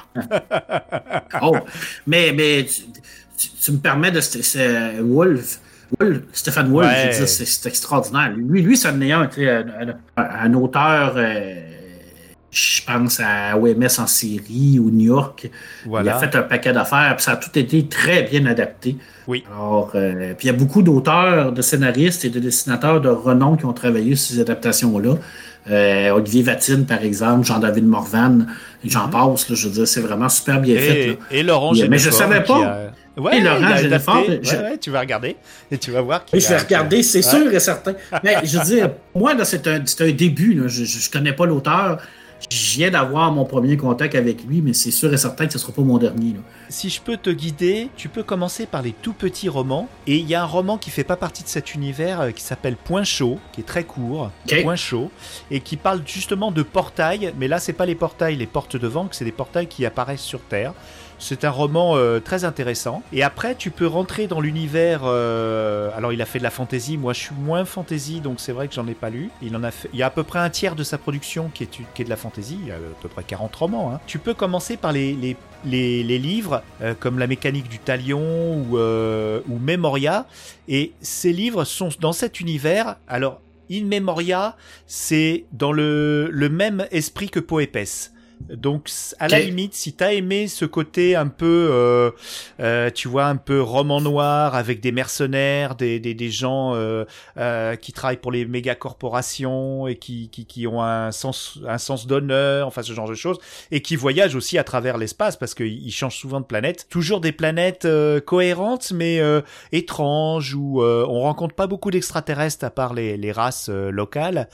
Oh, mais mais tu, tu, tu me permets de c'est Wolf. Wolf, Stéphane Wolf, ouais. je veux dire, c'est, c'est extraordinaire. Lui, lui, ça en est un, un, un auteur, euh, je pense à O M S en série ou New York. Voilà. Il a fait un paquet d'affaires, puis ça a tout été très bien adapté. Oui. Alors, euh, puis il y a beaucoup d'auteurs, de scénaristes et de dessinateurs de renom qui ont travaillé sur ces adaptations-là. Euh, Olivier Vatine, par exemple, Jean-David Morvan, j'en mm-hmm. passe, là, je veux dire, c'est vraiment super bien et, fait. Là. Et Laurent Genefort. Mais je savais pas. A... Ouais, et Laurent Genefort. Ouais, je... ouais, tu vas regarder et tu vas voir. Oui, je vais regarder, c'est ouais. sûr et certain. Mais je veux dire, moi, là, c'est un, c'est un début. Là. Je ne connais pas l'auteur. Je viens d'avoir mon premier contact avec lui, mais c'est sûr et certain que ce ne sera pas mon dernier. Là. Si je peux te guider, tu peux commencer par les tout petits romans. Et il y a un roman qui ne fait pas partie de cet univers euh, qui s'appelle Point chaud, qui est très court, okay. Point chaud, et qui parle justement de portails. Mais là, ce n'est pas les portails, les portes de Vanques, c'est des portails qui apparaissent sur Terre. C'est un roman euh, très intéressant. Et après, tu peux rentrer dans l'univers... Euh... Alors, il a fait de la fantasy. Moi, je suis moins fantasy, donc c'est vrai que j'en ai pas lu. Il en a fait... Il y a à peu près un tiers de sa production qui est, qui est de la fantasy. Il y a à peu près quarante romans. Hein. Tu peux commencer par les, les, les, les livres, euh, comme La mécanique du talion ou, euh, ou Memoria. Et ces livres sont dans cet univers... Alors, In Memoria, c'est dans le, le même esprit que Peau épaisse. Donc, à okay. la limite, si t'as aimé ce côté un peu, euh, euh, tu vois, un peu roman noir avec des mercenaires, des des, des gens euh, euh, qui travaillent pour les méga corporations et qui qui qui ont un sens un sens d'honneur, enfin ce genre de choses, et qui voyagent aussi à travers l'espace parce qu'ils changent souvent de planète. Toujours des planètes euh, cohérentes mais euh, étranges où euh, on rencontre pas beaucoup d'extraterrestres à part les les races euh, locales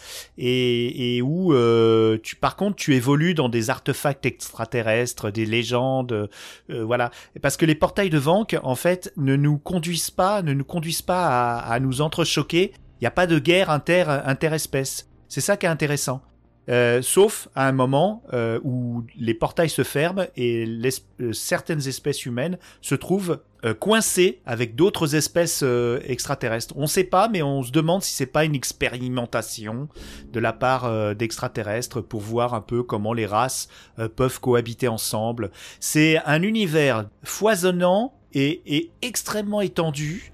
et et où euh, tu par contre tu évolues dans des artefacts extraterrestres, des légendes, euh, voilà. Parce que les portails de Vank, en fait, ne nous conduisent pas, ne nous conduisent pas à, à nous entrechoquer. Il n'y a pas de guerre inter, interespèces. C'est ça qui est intéressant. Euh, sauf à un moment euh, où les portails se ferment et euh, certaines espèces humaines se trouvent euh, coincées avec d'autres espèces euh, extraterrestres. On ne sait pas, mais on se demande si c'est pas une expérimentation de la part euh, d'extraterrestres pour voir un peu comment les races euh, peuvent cohabiter ensemble. C'est un univers foisonnant et, et extrêmement étendu.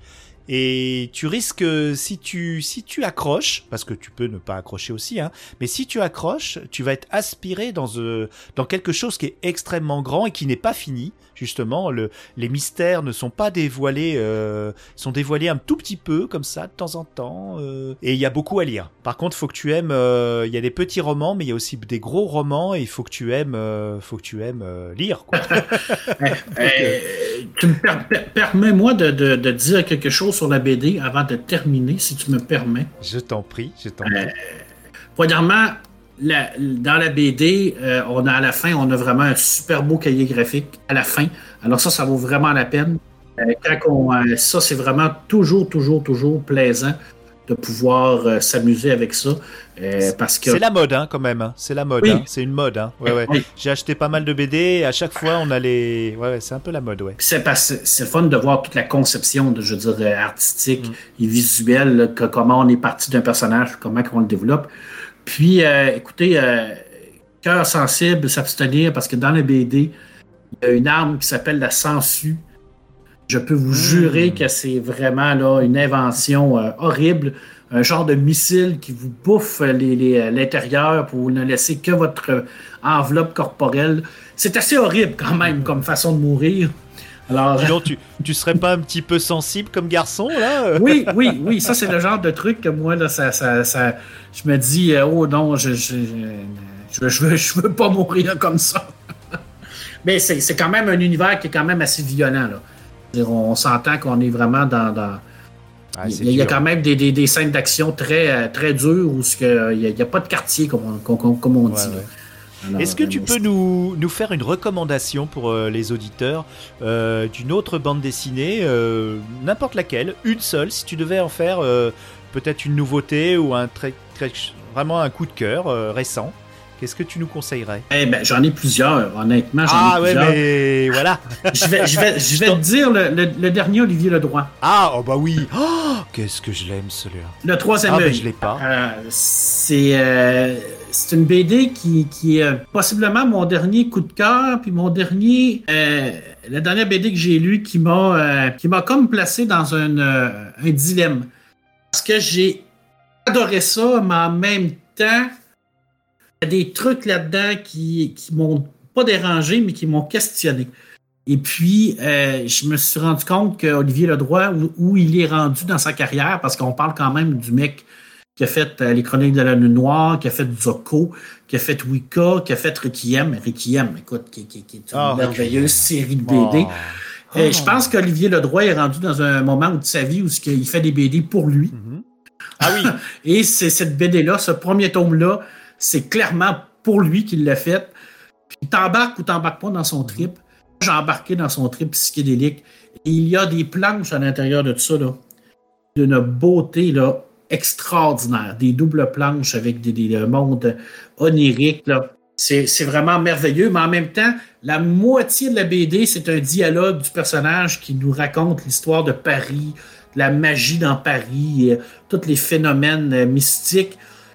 Et tu risques, si tu si tu accroches, parce que tu peux ne pas accrocher aussi, hein, mais si tu accroches, tu vas être aspiré dans euh, dans quelque chose qui est extrêmement grand et qui n'est pas fini. Justement, le, les mystères ne sont pas dévoilés, euh, sont dévoilés un tout petit peu comme ça de temps en temps. Euh, et il y a beaucoup à lire. Par contre, faut que tu aimes. Euh, il y a des petits romans, mais il y a aussi des gros romans. Et il faut que tu aimes, euh, faut que tu aimes euh, lire. Quoi. euh, euh, tu me per- per- permets-moi de, de, de dire quelque chose sur la B D avant de terminer, si tu me permets. Je t'en prie, je t'en prie. Euh, premièrement, la, dans la B D, euh, on a à la fin, on a vraiment un super beau cahier graphique à la fin. Alors ça, ça vaut vraiment la peine. Euh, quand on, euh, ça, c'est vraiment toujours, toujours, toujours plaisant de pouvoir euh, s'amuser avec ça. Euh, parce que... C'est la mode, hein, quand même. Hein. C'est la mode. Oui. Hein. C'est une mode. Hein. Ouais, ouais. Oui. J'ai acheté pas mal de B D et à chaque fois, on a les... Ouais, ouais, c'est un peu la mode, ouais. C'est, parce, c'est fun de voir toute la conception, de, je veux dire, artistique mm. et visuelle, là, que, comment on est parti d'un personnage, comment on le développe. Puis, euh, écoutez, euh, cœur sensible, s'abstenir, parce que dans le B D, il y a une arme qui s'appelle la sangsue. Je peux vous mmh. jurer que c'est vraiment là une invention euh, horrible, un genre de missile qui vous bouffe les, les, l'intérieur pour ne laisser que votre enveloppe corporelle. C'est assez horrible quand même comme façon de mourir. Alors, Sinon, tu, tu serais pas un petit peu sensible comme garçon, là? Oui, oui, oui. Ça, c'est le genre de truc que moi, là, ça, ça, ça je me dis, euh, oh non, je, je, je, je, veux, je veux pas mourir comme ça. Mais c'est, c'est quand même un univers qui est quand même assez violent, là. On s'entend qu'on est vraiment dans... dans... Ah, il, y a, il y a quand même des, des, des scènes d'action très, très dures où il n'y a, a pas de quartier, comme on, comme, comme on dit. Ouais, ouais. Alors, Est-ce que tu peux nous, nous faire une recommandation pour euh, les auditeurs euh, d'une autre bande dessinée, euh, n'importe laquelle, une seule, si tu devais en faire euh, peut-être une nouveauté ou un très, très, vraiment un coup de cœur euh, récent? Qu'est-ce que tu nous conseillerais? Eh ben, j'en ai plusieurs, honnêtement. J'en ah ai ouais, plusieurs. mais voilà. je vais, je vais, je vais te dire le, le, le dernier Olivier Ledroit. Ah, oh bah oui. Oh, qu'est-ce que je l'aime celui-là. Le troisième ah, œil. Ah, je l'ai pas. Euh, c'est, euh, c'est une B D qui, qui est euh, possiblement mon dernier coup de cœur, puis mon dernier, euh, la dernière B D que j'ai lue qui m'a, euh, qui m'a comme placé dans un, euh, un dilemme. Parce que j'ai adoré ça, mais en même temps, il y a des trucs là-dedans qui, qui m'ont pas dérangé, mais qui m'ont questionné. Et puis, euh, je me suis rendu compte qu'Olivier Ledroit, où, où il est rendu dans sa carrière, parce qu'on parle quand même du mec qui a fait euh, Les Chroniques de la Lune Noire, qui a fait Zoko, qui a fait Wicca, qui a fait Requiem. Requiem, écoute, qui, qui, qui est une oh, merveilleuse série de B D. Oh. Euh, oh. Je pense qu'Olivier Ledroit est rendu dans un moment de sa vie où il fait des B D pour lui. Mm-hmm. Ah oui. Et c'est cette B D-là, ce premier tome-là, c'est clairement pour lui qu'il l'a fait. Puis t'embarques ou t'embarques pas dans son trip. J'ai embarqué dans son trip psychédélique. Et il y a des planches à l'intérieur de tout ça, là, d'une beauté là, extraordinaire. Des doubles planches avec des, des, des mondes oniriques. Là. C'est, c'est vraiment merveilleux, mais en même temps, la moitié de la B D, c'est un dialogue du personnage qui nous raconte l'histoire de Paris, la magie dans Paris, euh, tous les phénomènes euh, mystiques.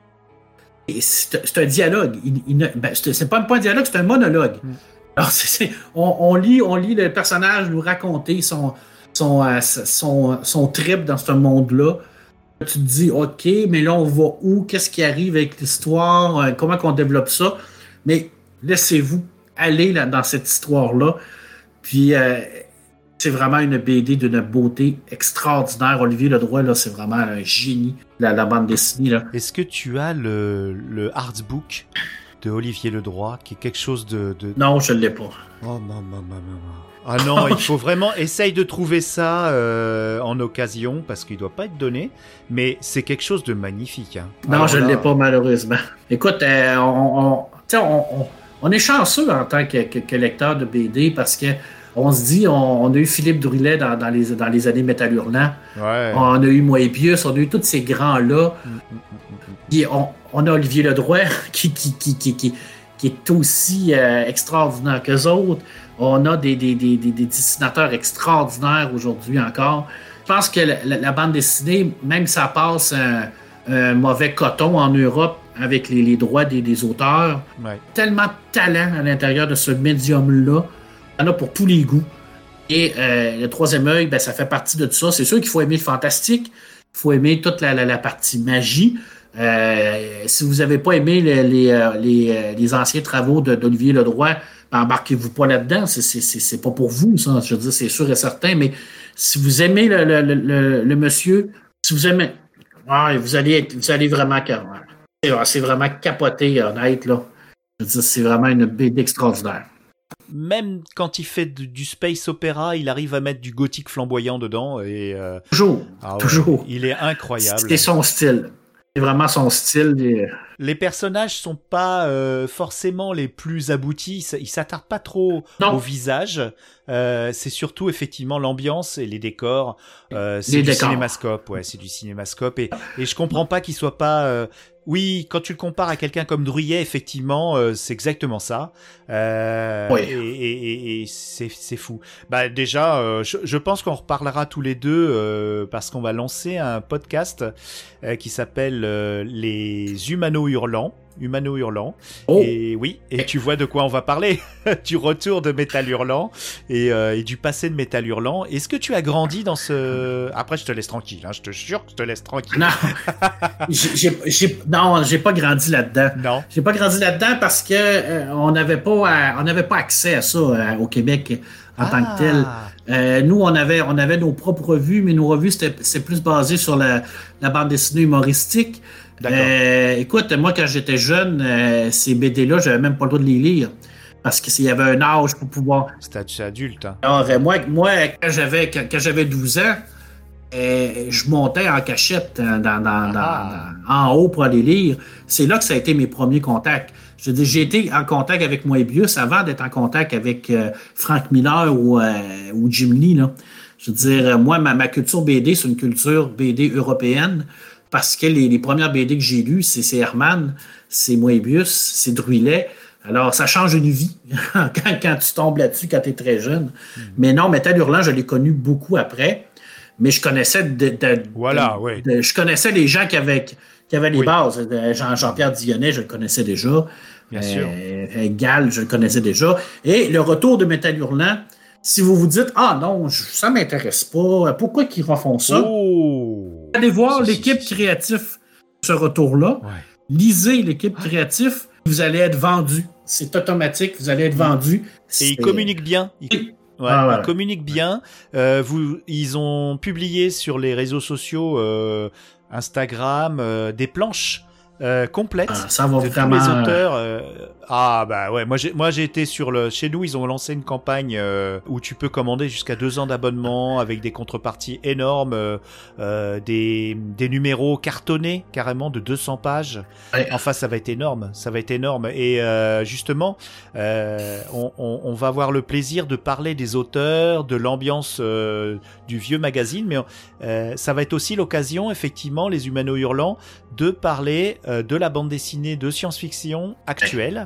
Et c'est, c'est un dialogue. Il, il, ben, c'est, c'est pas, pas un dialogue, c'est un monologue. Mm. Alors, c'est, c'est, on, on, lit, on lit le personnage nous raconter son, son, euh, son, son trip dans ce monde-là. tu te dis, OK, mais là, on va où? Qu'est-ce qui arrive avec l'histoire? Euh, comment qu'on développe ça? Mais laissez-vous aller là, dans cette histoire-là. Puis, euh, c'est vraiment une B D d'une beauté extraordinaire. Olivier Ledroit, là, c'est vraiment un génie, la, la bande dessinée. Là. Est-ce que tu as le, le artbook de Olivier Ledroit, qui est quelque chose de... de... Non, je ne l'ai pas. Oh, maman, maman, maman. Ah non, il faut vraiment... Essaye de trouver ça euh, en occasion, parce qu'il ne doit pas être donné, mais c'est quelque chose de magnifique. Hein. Non, Alors je ne là... l'ai pas, malheureusement. Écoute, euh, on, on, on, on, on est chanceux en tant que, que, que lecteur de B D, parce que on se dit, on, on a eu Philippe Druillet dans, dans, les, dans les années Métal Hurlant. Ouais. On a eu Moebius, on a eu tous ces grands-là. Mm, mm, mm, Puis on, on a Olivier Ledroit qui, qui, qui, qui, qui, qui est aussi euh, extraordinaire qu'eux autres. On a des, des, des, des, des dessinateurs extraordinaires aujourd'hui encore. Je pense que la, la, la bande dessinée, même si ça passe un, un mauvais coton en Europe avec les, les droits des, des auteurs, ouais. tellement de talent à l'intérieur de ce médium-là. Il y en a pour tous les goûts. Et euh, le troisième œil, ben, ça fait partie de tout ça. C'est sûr qu'il faut aimer le fantastique. Il faut aimer toute la, la, la partie magie. Euh, si vous n'avez pas aimé les, les, les, les anciens travaux de, d'Olivier Ledroit, ben embarquez-vous pas là-dedans. C'est, c'est, c'est, c'est pas pour vous, ça. Je veux dire, c'est sûr et certain. Mais si vous aimez le, le, le, le monsieur, si vous aimez... Ouais, vous allez être, vous allez vraiment... C'est, c'est vraiment capoté, honnête, là. Je veux dire, c'est vraiment une B D extraordinaire. Même quand il fait du, du space opéra, il arrive à mettre du gothique flamboyant dedans. Et, euh... Toujours, ah ouais, toujours. Il est incroyable. C'est son style. C'est vraiment son style. Et... Les personnages sont pas euh, forcément les plus aboutis. Ils s'attardent pas trop non. au visage. Euh, c'est surtout effectivement l'ambiance et les décors. Euh, c'est les du décors. cinémascope, ouais, c'est du cinémascope. Et, et je comprends pas qu'il soit pas. Euh... Oui, quand tu le compares à quelqu'un comme Druillet, effectivement, euh, c'est exactement ça. Euh, oui. Et, et, et, et c'est, c'est fou. Bah déjà, euh, je, je pense qu'on reparlera tous les deux euh, parce qu'on va lancer un podcast euh, qui s'appelle euh, Les Humano Hurlants. Humano Hurlant. Oh. Et oui, et tu vois de quoi on va parler. Du retour de Métal Hurlant et, euh, et du passé de Métal Hurlant. Est-ce que tu as grandi dans ce... Après, je te laisse tranquille, hein, je te jure que je te laisse tranquille. Non, j'ai, j'ai, non, j'ai pas grandi là-dedans. Non. J'ai pas grandi là-dedans parce que euh, on n'avait pas, on n'avait pas accès à ça euh, au Québec en ah. tant que tel. Euh, nous, on avait, on avait nos propres revues, mais nos revues, c'était, c'était plus basé sur la, la bande dessinée humoristique. Euh, écoute, moi, quand j'étais jeune, euh, ces B D-là, j'avais même pas le droit de les lire. Parce qu'il y avait un âge pour pouvoir... C'était adulte, hein? Alors, euh, moi, moi quand, j'avais, quand, quand j'avais douze ans, euh, je montais en cachette dans, dans, dans, dans, en haut pour aller lire. C'est là que ça a été mes premiers contacts. Je veux dire, j'ai été en contact avec Moebius avant d'être en contact avec euh, Frank Miller ou, euh, ou Jim Lee, là. Je veux dire, moi, ma, ma culture B D, c'est une culture B D européenne. Parce que les, les premières B D que j'ai lues, c'est, c'est Herman, c'est Moebius, c'est Druillet. Alors, ça change une vie quand, quand tu tombes là-dessus, quand tu es très jeune. Mm. Mais non, Métal Hurlant, je l'ai connu beaucoup après. Mais je connaissais de, de, voilà, de, oui. de, je connaissais les gens qui avaient, qui avaient les oui. bases. Jean, Jean-Pierre Dionnet, je le connaissais déjà. Bien euh, sûr. Gall, je le connaissais déjà. Et le retour de Métal Hurlant, si vous vous dites « Ah non, ça ne m'intéresse pas, pourquoi qu'ils refont ça? Oh. » Allez voir si, l'équipe si, si. créative de ce retour-là. Ouais. Lisez l'équipe créative, vous allez être vendu. C'est automatique, vous allez être vendu. Et ils communiquent bien. Ils... Ouais, ah, ouais. Ils communiquent bien. Euh, vous, ils ont publié sur les réseaux sociaux, euh, Instagram, euh, des planches euh, complètes ah, ça va de vraiment... tous les auteurs. Euh... Ah bah ouais, moi j'ai, moi j'ai été sur le... Chez nous, ils ont lancé une campagne euh, où tu peux commander jusqu'à deux ans d'abonnement avec des contreparties énormes, euh, euh, des, des numéros cartonnés carrément de deux cents pages. Ouais. Enfin, ça va être énorme, ça va être énorme. Et euh, justement, euh, on, on, on va avoir le plaisir de parler des auteurs, de l'ambiance euh, du vieux magazine, mais euh, ça va être aussi l'occasion, effectivement, les Humano Hurlants, de parler euh, de la bande dessinée de science-fiction actuelle.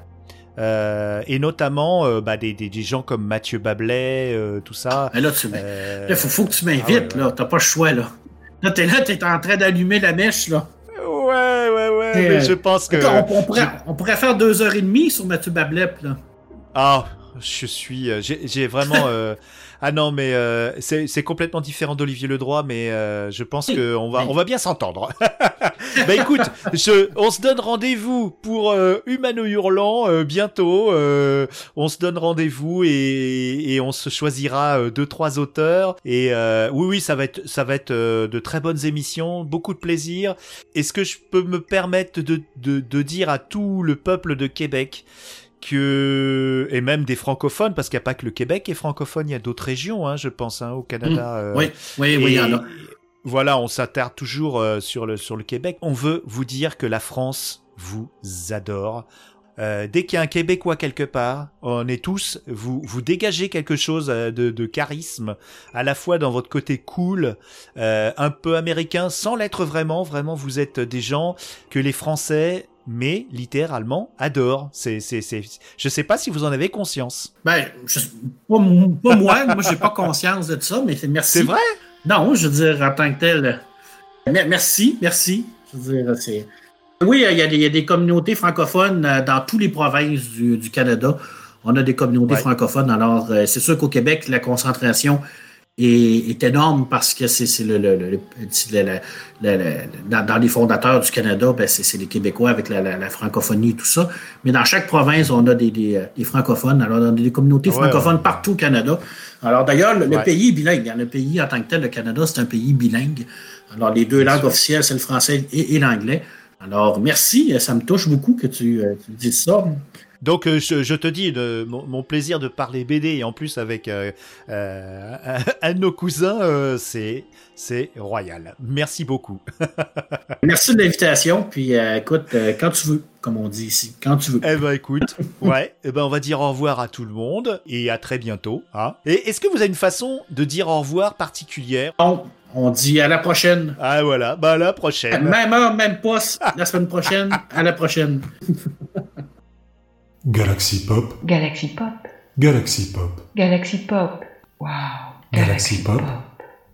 Euh, et notamment euh, bah, des, des, des gens comme Mathieu Bablet, euh, tout ça. Mais là, tu euh... là, faut, faut que tu m'invites, ah ouais, ouais. là. T'as pas le choix, là. Là, t'es là, t'es en train d'allumer la mèche, là. Ouais, ouais, ouais. Mais euh, je pense que. On, on, pourrait, on pourrait faire deux heures et demie sur Mathieu Bablet, là. Ah, je suis, euh, j'ai, j'ai vraiment. Euh... Ah non, mais euh, c'est, c'est complètement différent d'Olivier Ledroit, mais euh, je pense que on va, on va bien s'entendre. Bah écoute, je, on se donne rendez-vous pour euh, Humano Hurlant euh, bientôt. Euh, on se donne rendez-vous et, et on se choisira euh, deux trois auteurs. Et euh, oui, oui, ça va être, ça va être euh, de très bonnes émissions, beaucoup de plaisir. Est-ce que je peux me permettre de, de, de dire à tout le peuple de Québec que, et même des francophones, parce qu'il n'y a pas que le Québec est francophone, il y a d'autres régions, hein, je pense, hein, au Canada. Mmh. Euh, oui, oui, oui, il y en a. Voilà, on s'attarde toujours euh, sur le sur le Québec. On veut vous dire que la France vous adore. Euh, dès qu'il y a un Québécois quelque part, on est tous, vous vous dégagez quelque chose de, de charisme, à la fois dans votre côté cool, euh, un peu américain, sans l'être vraiment. Vraiment, vous êtes des gens que les Français, mais littéralement, adorent. C'est, c'est, c'est. Je sais pas si vous en avez conscience. Ben, je, pas, pas moi, moi j'ai pas conscience de ça, mais merci. C'est vrai? Non, je veux dire, en tant que tel, merci, merci. Je veux dire, c'est... Oui, il y, a des, il y a des communautés francophones dans toutes les provinces du, du Canada. On a des communautés ouais. francophones. Alors, c'est sûr qu'au Québec, la concentration est, est énorme parce que c'est, c'est le, le, le, le, le, le, le dans, dans les fondateurs du Canada, ben c'est, c'est les Québécois avec la, la, la francophonie et tout ça. Mais dans chaque province, on a des, des, des francophones. Alors, on a des communautés ouais, francophones ouais. partout au Canada. Alors, d'ailleurs, le, ouais. le pays est bilingue. Le pays, en tant que tel, le Canada, c'est un pays bilingue. Alors, les deux Bien langues sûr. officielles, c'est le français et, et l'anglais. Alors, merci, ça me touche beaucoup que tu, euh, tu dises ça. Donc, euh, je, je te dis, de, mon, mon plaisir de parler B D, et en plus avec euh, euh, un de nos cousins, euh, c'est, c'est royal. Merci beaucoup. Merci de l'invitation, puis euh, écoute, euh, quand tu veux, comme on dit ici, quand tu veux. Eh ben écoute, ouais, eh ben on va dire au revoir à tout le monde, et à très bientôt. Hein. Et est-ce que vous avez une façon de dire au revoir particulière? Non. On dit à la prochaine. Ah voilà, bah à la prochaine. Même heure, même poste. La semaine prochaine, à la prochaine. Galaxy Pop. Galaxy Pop. Galaxy Pop. Galaxy Pop. Wow. Galaxy Pop.